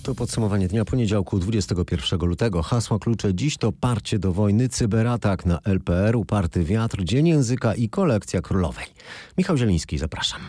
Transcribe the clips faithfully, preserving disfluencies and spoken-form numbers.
To podsumowanie dnia poniedziałku dwudziestego pierwszego lutego. Hasła klucze dziś to parcie do wojny, cyberatak na L P R, uparty wiatr, Dzień Języka i kolekcja królowej. Michał Zieliński, zapraszam.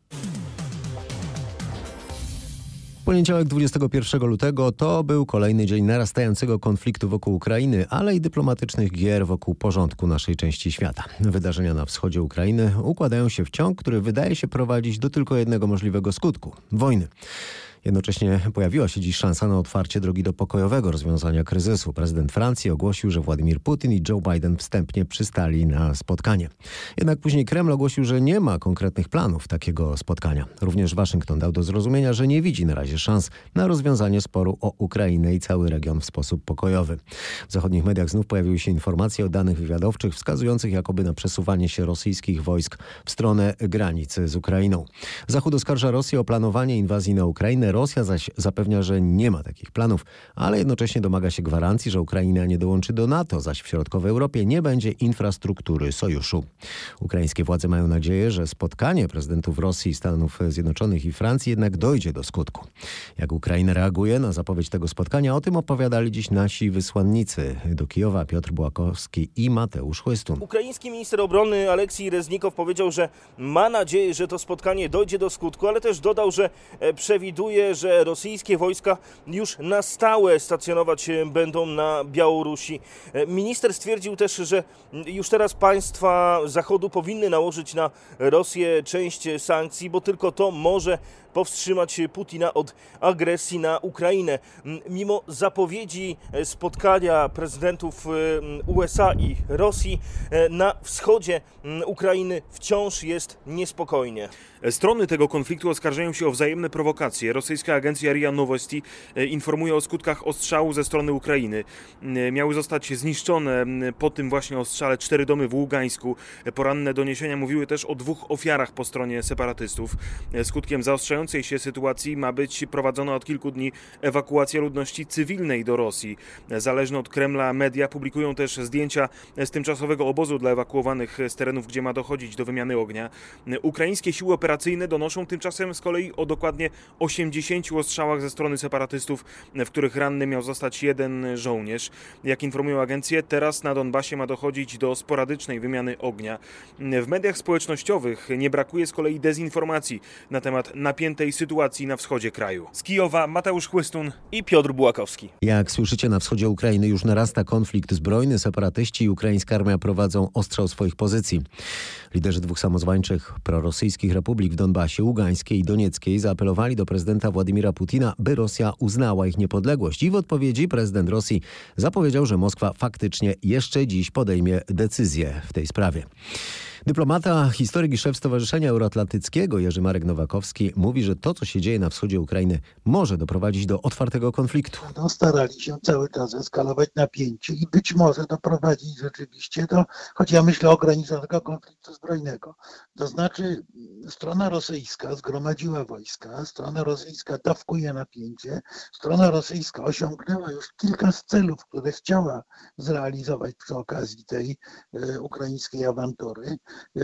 Poniedziałek dwudziestego pierwszego lutego to był kolejny dzień narastającego konfliktu wokół Ukrainy, ale i dyplomatycznych gier wokół porządku naszej części świata. Wydarzenia na wschodzie Ukrainy układają się w ciąg, który wydaje się prowadzić do tylko jednego możliwego skutku – wojny. Jednocześnie pojawiła się dziś szansa na otwarcie drogi do pokojowego rozwiązania kryzysu. Prezydent Francji ogłosił, że Władimir Putin i Joe Biden wstępnie przystali na spotkanie. Jednak później Kreml ogłosił, że nie ma konkretnych planów takiego spotkania. Również Waszyngton dał do zrozumienia, że nie widzi na razie szans na rozwiązanie sporu o Ukrainę i cały region w sposób pokojowy. W zachodnich mediach znów pojawiły się informacje o danych wywiadowczych wskazujących jakoby na przesuwanie się rosyjskich wojsk w stronę granicy z Ukrainą. Zachód oskarża Rosję o planowanie inwazji na Ukrainę. Rosja zaś zapewnia, że nie ma takich planów, ale jednocześnie domaga się gwarancji, że Ukraina nie dołączy do NATO, zaś w środkowej Europie nie będzie infrastruktury sojuszu. Ukraińskie władze mają nadzieję, że spotkanie prezydentów Rosji, Stanów Zjednoczonych i Francji jednak dojdzie do skutku. Jak Ukraina reaguje na zapowiedź tego spotkania, o tym opowiadali dziś nasi wysłannicy do Kijowa Piotr Bułakowski i Mateusz Chłystun. Ukraiński minister obrony Aleksij Reznikow powiedział, że ma nadzieję, że to spotkanie dojdzie do skutku, ale też dodał, że przewiduje, że rosyjskie wojska już na stałe stacjonować będą na Białorusi. Minister stwierdził też, że już teraz państwa Zachodu powinny nałożyć na Rosję część sankcji, bo tylko to może powstrzymać Putina od agresji na Ukrainę. Mimo zapowiedzi spotkania prezydentów U S A i Rosji, na wschodzie Ukrainy wciąż jest niespokojnie. Strony tego konfliktu oskarżają się o wzajemne prowokacje. Rosyjska agencja R I A Novosti informuje o skutkach ostrzału ze strony Ukrainy. Miały zostać zniszczone po tym właśnie ostrzale cztery domy w Ługańsku. Poranne doniesienia mówiły też o dwóch ofiarach po stronie separatystów. Skutkiem zaostrzającej się sytuacji ma być prowadzona od kilku dni ewakuacja ludności cywilnej do Rosji. Zależne od Kremla media publikują też zdjęcia z tymczasowego obozu dla ewakuowanych z terenów, gdzie ma dochodzić do wymiany ognia. Ukraińskie siły operacyjne donoszą tymczasem z kolei o dokładnie osiemdziesięciu ostrzałach ze strony separatystów, w których ranny miał zostać jeden żołnierz. Jak informują agencje, teraz na Donbasie ma dochodzić do sporadycznej wymiany ognia. W mediach społecznościowych nie brakuje z kolei dezinformacji na temat napiętej sytuacji na wschodzie kraju. Z Kijowa Mateusz Chłystun i Piotr Bułakowski. Jak słyszycie, na wschodzie Ukrainy już narasta konflikt zbrojny. Separatyści i ukraińska armia prowadzą ostrzał swoich pozycji. Liderzy dwóch samozwańczych prorosyjskich republik w Donbasie, Ługańskiej i Donieckiej, zaapelowali do prezydenta Władimira Putina, by Rosja uznała ich niepodległość. I w odpowiedzi prezydent Rosji zapowiedział, że Moskwa faktycznie jeszcze dziś podejmie decyzję w tej sprawie. Dyplomata, historyk i szef Stowarzyszenia Euroatlantyckiego Jerzy Marek Nowakowski mówi, że to, co się dzieje na wschodzie Ukrainy, może doprowadzić do otwartego konfliktu. Będą starali się cały czas eskalować napięcie i być może doprowadzić rzeczywiście do, choć ja myślę o ograniczonego konfliktu zbrojnego. To znaczy strona rosyjska zgromadziła wojska, strona rosyjska dawkuje napięcie, strona rosyjska osiągnęła już kilka z celów, które chciała zrealizować przy okazji tej e, ukraińskiej awantury.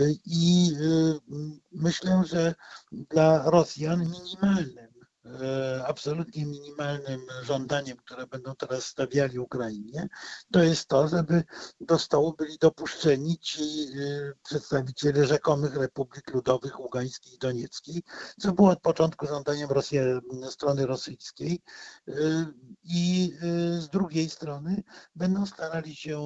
I myślę, że dla Rosjan minimalnym, absolutnie minimalnym żądaniem, które będą teraz stawiali Ukrainie, to jest to, żeby do stołu byli dopuszczeni ci przedstawiciele rzekomych republik ludowych Ługańskiej i Donieckiej, co było od początku żądaniem Rosji, strony rosyjskiej. I z drugiej strony będą starali się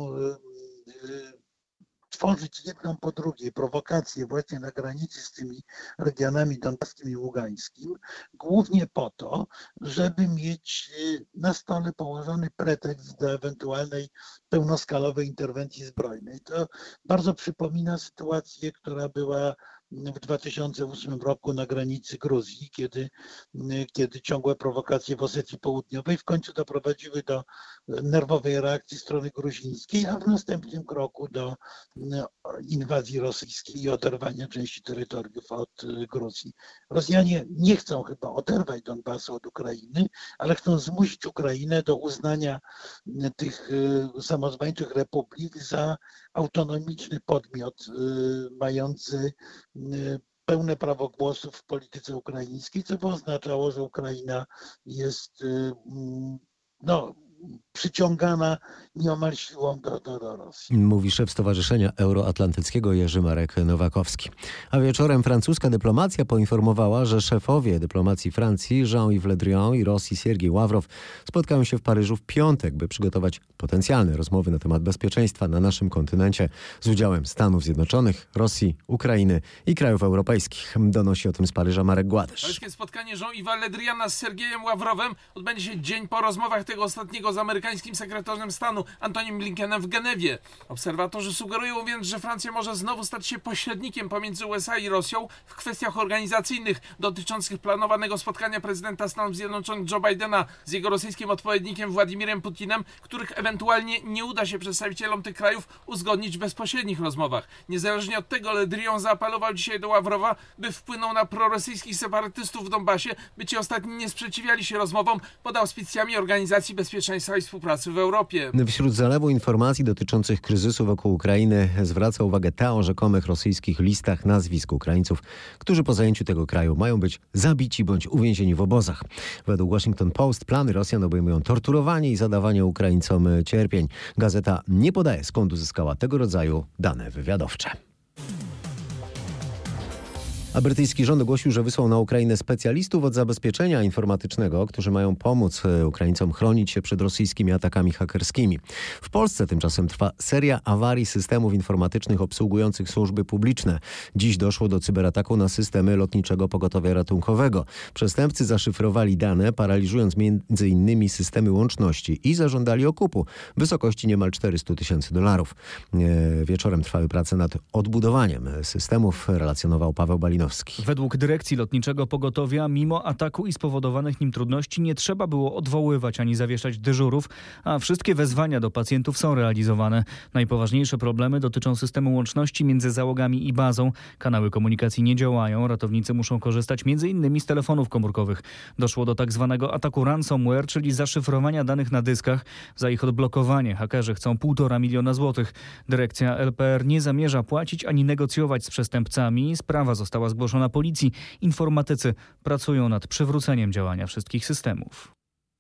tworzyć jedną po drugiej prowokacje właśnie na granicy z tymi regionami donbaskim i ługańskim, głównie po to, żeby mieć na stole położony pretekst do ewentualnej pełnoskalowej interwencji zbrojnej. To bardzo przypomina sytuację, która była w dwa tysiące ósmym roku na granicy Gruzji, kiedy, kiedy ciągłe prowokacje w Osetii Południowej w końcu doprowadziły do nerwowej reakcji strony gruzińskiej, a w następnym kroku do inwazji rosyjskiej i oderwania części terytoriów od Gruzji. Rosjanie nie chcą chyba oderwać Donbasu od Ukrainy, ale chcą zmusić Ukrainę do uznania tych samozwańczych republik za autonomiczny podmiot mający pełne prawo głosu w polityce ukraińskiej, co by oznaczało, że Ukraina jest no, przyciągana nieomal siłą do, do, do Rosji. Mówi szef Stowarzyszenia Euroatlantyckiego Jerzy Marek Nowakowski. A wieczorem francuska dyplomacja poinformowała, że szefowie dyplomacji Francji Jean-Yves Le Drian i Rosji Siergiej Ławrow spotkają się w Paryżu w piątek, by przygotować potencjalne rozmowy na temat bezpieczeństwa na naszym kontynencie z udziałem Stanów Zjednoczonych, Rosji, Ukrainy i krajów europejskich. Donosi o tym z Paryża Marek Gładysz. Paryskie spotkanie Jean-Yves'a Le Driana z Siergiejem Ławrowem odbędzie się dzień po rozmowach tego ostatniego z amerykańskim sekretarzem stanu Antonym Blinkenem w Genewie. Obserwatorzy sugerują więc, że Francja może znowu stać się pośrednikiem pomiędzy U S A i Rosją w kwestiach organizacyjnych dotyczących planowanego spotkania prezydenta Stanów Zjednoczonych Joe Bidena z jego rosyjskim odpowiednikiem Władimirem Putinem, których ewentualnie nie uda się przedstawicielom tych krajów uzgodnić w bezpośrednich rozmowach. Niezależnie od tego Le Drian zaapelował dzisiaj do Ławrowa, by wpłynął na prorosyjskich separatystów w Donbasie, by ci ostatni nie sprzeciwiali się rozmowom pod auspicjami Organizacji Bezpieczeństwa i Współpracy w Europie. Wśród zalewu informacji dotyczących kryzysu wokół Ukrainy zwraca uwagę ta o rzekomych rosyjskich listach nazwisk Ukraińców, którzy po zajęciu tego kraju mają być zabici bądź uwięzieni w obozach. Według Washington Post plany Rosjan obejmują torturowanie i zadawanie Ukraińcom cierpień. Gazeta nie podaje, skąd uzyskała tego rodzaju dane wywiadowcze. A brytyjski rząd ogłosił, że wysłał na Ukrainę specjalistów od zabezpieczenia informatycznego, którzy mają pomóc Ukraińcom chronić się przed rosyjskimi atakami hakerskimi. W Polsce tymczasem trwa seria awarii systemów informatycznych obsługujących służby publiczne. Dziś doszło do cyberataku na systemy Lotniczego Pogotowia Ratunkowego. Przestępcy zaszyfrowali dane, paraliżując między innymi systemy łączności i zażądali okupu w wysokości niemal czterysta tysięcy dolarów. Wieczorem trwały prace nad odbudowaniem systemów, relacjonował Paweł Balinowski. Według dyrekcji Lotniczego Pogotowia, mimo ataku i spowodowanych nim trudności, nie trzeba było odwoływać ani zawieszać dyżurów, a wszystkie wezwania do pacjentów są realizowane. Najpoważniejsze problemy dotyczą systemu łączności między załogami i bazą. Kanały komunikacji nie działają, ratownicy muszą korzystać między innymi z telefonów komórkowych. Doszło do tak zwanego ataku ransomware, czyli zaszyfrowania danych na dyskach. Za ich odblokowanie hakerzy chcą półtora miliona złotych. Dyrekcja L P R nie zamierza płacić ani negocjować z przestępcami. Sprawa została zgłoszona policji. Informatycy pracują nad przywróceniem działania wszystkich systemów.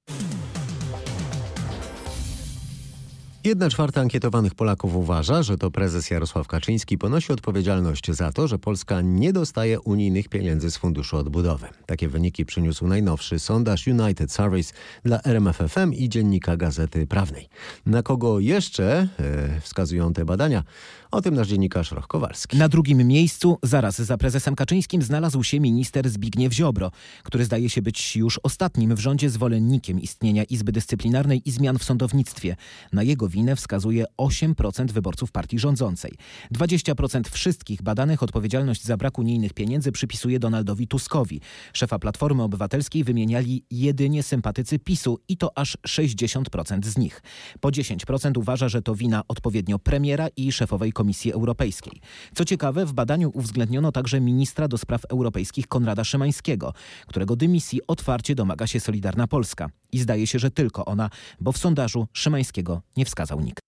Jedna czwarta ankietowanych Polaków uważa, że to prezes Jarosław Kaczyński ponosi odpowiedzialność za to, że Polska nie dostaje unijnych pieniędzy z Funduszu Odbudowy. Takie wyniki przyniósł najnowszy sondaż United Surveys dla R M F F M i Dziennika Gazety Prawnej. Na kogo jeszcze e, wskazują te badania? O tym nasz dziennikarz Roch Kowalski. Na drugim miejscu, zaraz za prezesem Kaczyńskim, znalazł się minister Zbigniew Ziobro, który zdaje się być już ostatnim w rządzie zwolennikiem istnienia Izby Dyscyplinarnej i zmian w sądownictwie. Na jego winę wskazuje osiem procent wyborców partii rządzącej. dwadzieścia procent wszystkich badanych odpowiedzialność za brak unijnych pieniędzy przypisuje Donaldowi Tuskowi. Szefa Platformy Obywatelskiej wymieniali jedynie sympatycy PiSu i to aż sześćdziesiąt procent z nich. Po dziesięć procent uważa, że to wina odpowiednio premiera i szefowej Komisji Europejskiej. Co ciekawe, w badaniu uwzględniono także ministra do spraw europejskich Konrada Szymańskiego, którego dymisji otwarcie domaga się Solidarna Polska. I zdaje się, że tylko ona, bo w sondażu Szymańskiego nie wskazał nikt.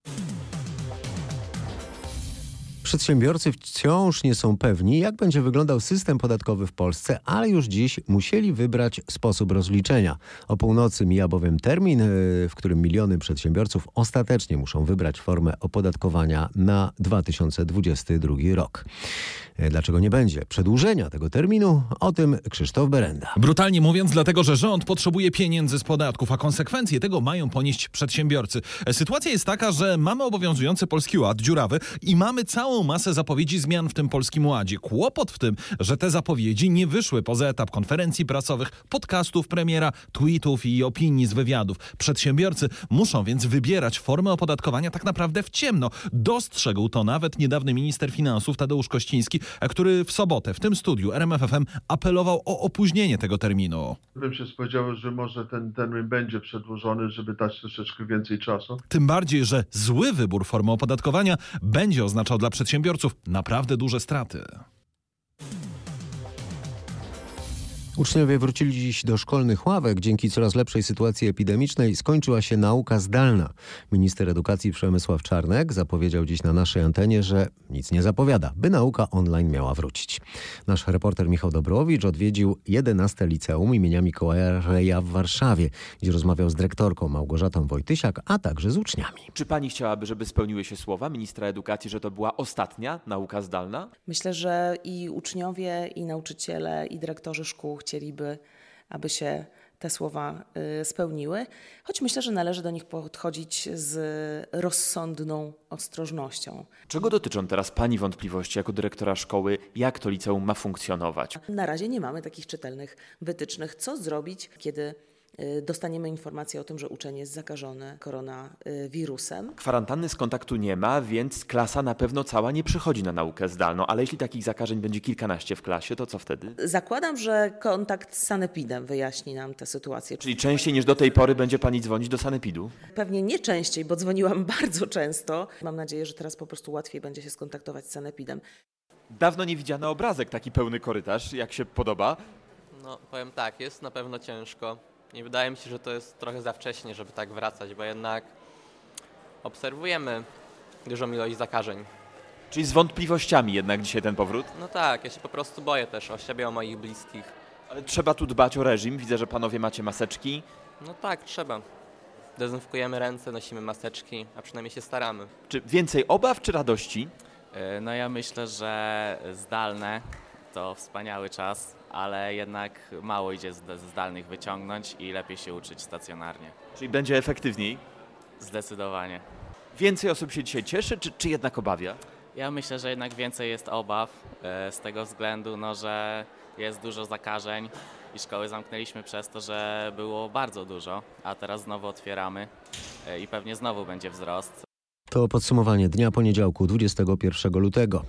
Przedsiębiorcy wciąż nie są pewni, jak będzie wyglądał system podatkowy w Polsce, ale już dziś musieli wybrać sposób rozliczenia. O północy mija bowiem termin, w którym miliony przedsiębiorców ostatecznie muszą wybrać formę opodatkowania na dwa tysiące dwudziesty drugi rok. Dlaczego nie będzie przedłużenia tego terminu? O tym Krzysztof Berenda. Brutalnie mówiąc, dlatego, że rząd potrzebuje pieniędzy z podatków, a konsekwencje tego mają ponieść przedsiębiorcy. Sytuacja jest taka, że mamy obowiązujący Polski Ład dziurawy i mamy całą masę zapowiedzi zmian w tym Polskim Ładzie. Kłopot w tym, że te zapowiedzi nie wyszły poza etap konferencji prasowych, podcastów premiera, tweetów i opinii z wywiadów. Przedsiębiorcy muszą więc wybierać formę opodatkowania tak naprawdę w ciemno. Dostrzegł to nawet niedawny minister finansów Tadeusz Kościński, który w sobotę w tym studiu R M F F M apelował o opóźnienie tego terminu. Bym się spodziewał, że może ten termin będzie przedłużony, żeby dać troszeczkę więcej czasu. Tym bardziej, że zły wybór formy opodatkowania będzie oznaczał dla przedsiębiorców naprawdę duże straty. Uczniowie wrócili dziś do szkolnych ławek. Dzięki coraz lepszej sytuacji epidemicznej skończyła się nauka zdalna. Minister edukacji Przemysław Czarnek zapowiedział dziś na naszej antenie, że nic nie zapowiada, by nauka online miała wrócić. Nasz reporter Michał Dobrowicz odwiedził jedenaste liceum imienia Mikołaja Reja w Warszawie, gdzie rozmawiał z dyrektorką Małgorzatą Wojtysiak, a także z uczniami. Czy pani chciałaby, żeby spełniły się słowa ministra edukacji, że to była ostatnia nauka zdalna? Myślę, że i uczniowie, i nauczyciele, i dyrektorzy szkół chcieliby, aby się te słowa spełniły, choć myślę, że należy do nich podchodzić z rozsądną ostrożnością. Czego dotyczą teraz pani wątpliwości jako dyrektora szkoły, jak to liceum ma funkcjonować? Na razie nie mamy takich czytelnych wytycznych, co zrobić, kiedy dostaniemy informację o tym, że uczeń jest zakażony koronawirusem. Kwarantanny z kontaktu nie ma, więc klasa na pewno cała nie przychodzi na naukę zdalną, ale jeśli takich zakażeń będzie kilkanaście w klasie, to co wtedy? Zakładam, że kontakt z sanepidem wyjaśni nam tę sytuację. Czyli częściej niż do tej pory będzie pani dzwonić do sanepidu? Pewnie nie częściej, bo dzwoniłam bardzo często. Mam nadzieję, że teraz po prostu łatwiej będzie się skontaktować z sanepidem. Dawno nie widziany obrazek, taki pełny korytarz. Jak się podoba? No powiem tak, jest na pewno ciężko. I wydaje mi się, że to jest trochę za wcześnie, żeby tak wracać, bo jednak obserwujemy dużą ilość zakażeń. Czyli z wątpliwościami jednak dzisiaj ten powrót? No tak, ja się po prostu boję też o siebie, o moich bliskich. Ale trzeba tu dbać o reżim. Widzę, że panowie macie maseczki. No tak, trzeba. Dezynfekujemy ręce, nosimy maseczki, a przynajmniej się staramy. Czy więcej obaw, czy radości? No ja myślę, że zdalne to wspaniały czas, ale jednak mało idzie z zdalnych wyciągnąć i lepiej się uczyć stacjonarnie. Czyli będzie efektywniej? Zdecydowanie. Więcej osób się dzisiaj cieszy, czy, czy jednak obawia? Ja myślę, że jednak więcej jest obaw e, z tego względu, no, że jest dużo zakażeń i szkoły zamknęliśmy przez to, że było bardzo dużo, a teraz znowu otwieramy e, i pewnie znowu będzie wzrost. To podsumowanie dnia poniedziałku, dwudziestego pierwszego lutego.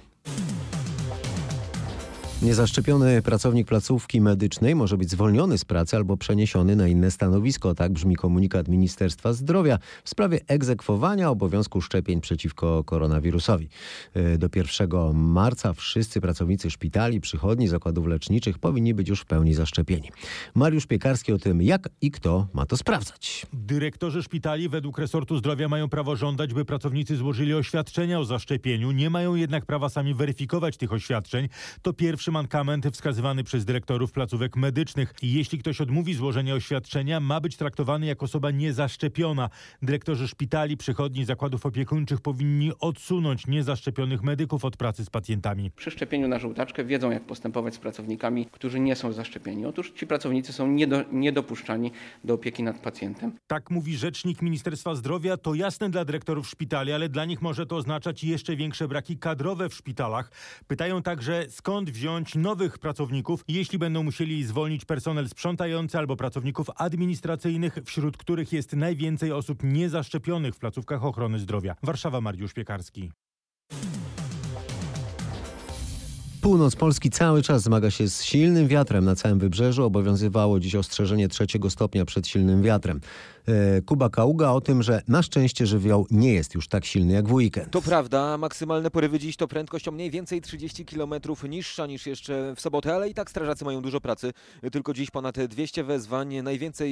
Niezaszczepiony pracownik placówki medycznej może być zwolniony z pracy albo przeniesiony na inne stanowisko. Tak brzmi komunikat Ministerstwa Zdrowia w sprawie egzekwowania obowiązku szczepień przeciwko koronawirusowi. Do pierwszego marca wszyscy pracownicy szpitali, przychodni, zakładów leczniczych powinni być już w pełni zaszczepieni. Mariusz Piekarski o tym, jak i kto ma to sprawdzać. Dyrektorzy szpitali według resortu zdrowia mają prawo żądać, by pracownicy złożyli oświadczenia o zaszczepieniu. Nie mają jednak prawa sami weryfikować tych oświadczeń. To pierwszy mankament wskazywany przez dyrektorów placówek medycznych. Jeśli ktoś odmówi złożenia oświadczenia, ma być traktowany jako osoba niezaszczepiona. Dyrektorzy szpitali, przychodni, zakładów opiekuńczych powinni odsunąć niezaszczepionych medyków od pracy z pacjentami. Przy szczepieniu na żółtaczkę wiedzą, jak postępować z pracownikami, którzy nie są zaszczepieni. Otóż ci pracownicy są niedo, niedopuszczani do opieki nad pacjentem. Tak mówi rzecznik Ministerstwa Zdrowia. To jasne dla dyrektorów szpitali, ale dla nich może to oznaczać jeszcze większe braki kadrowe w szpitalach. Pytają także, skąd wziąć nowych pracowników, jeśli będą musieli zwolnić personel sprzątający albo pracowników administracyjnych, wśród których jest najwięcej osób niezaszczepionych w placówkach ochrony zdrowia. Warszawa, Mariusz Piekarski. Północ Polski cały czas zmaga się z silnym wiatrem. Na całym wybrzeżu obowiązywało dziś ostrzeżenie trzeciego stopnia przed silnym wiatrem. Kuba Kaługa o tym, że na szczęście żywioł nie jest już tak silny jak w weekend. To prawda, maksymalne porywy dziś to prędkość o mniej więcej trzydzieści kilometrów niższa niż jeszcze w sobotę, ale i tak strażacy mają dużo pracy. Tylko dziś ponad dwieście wezwań, najwięcej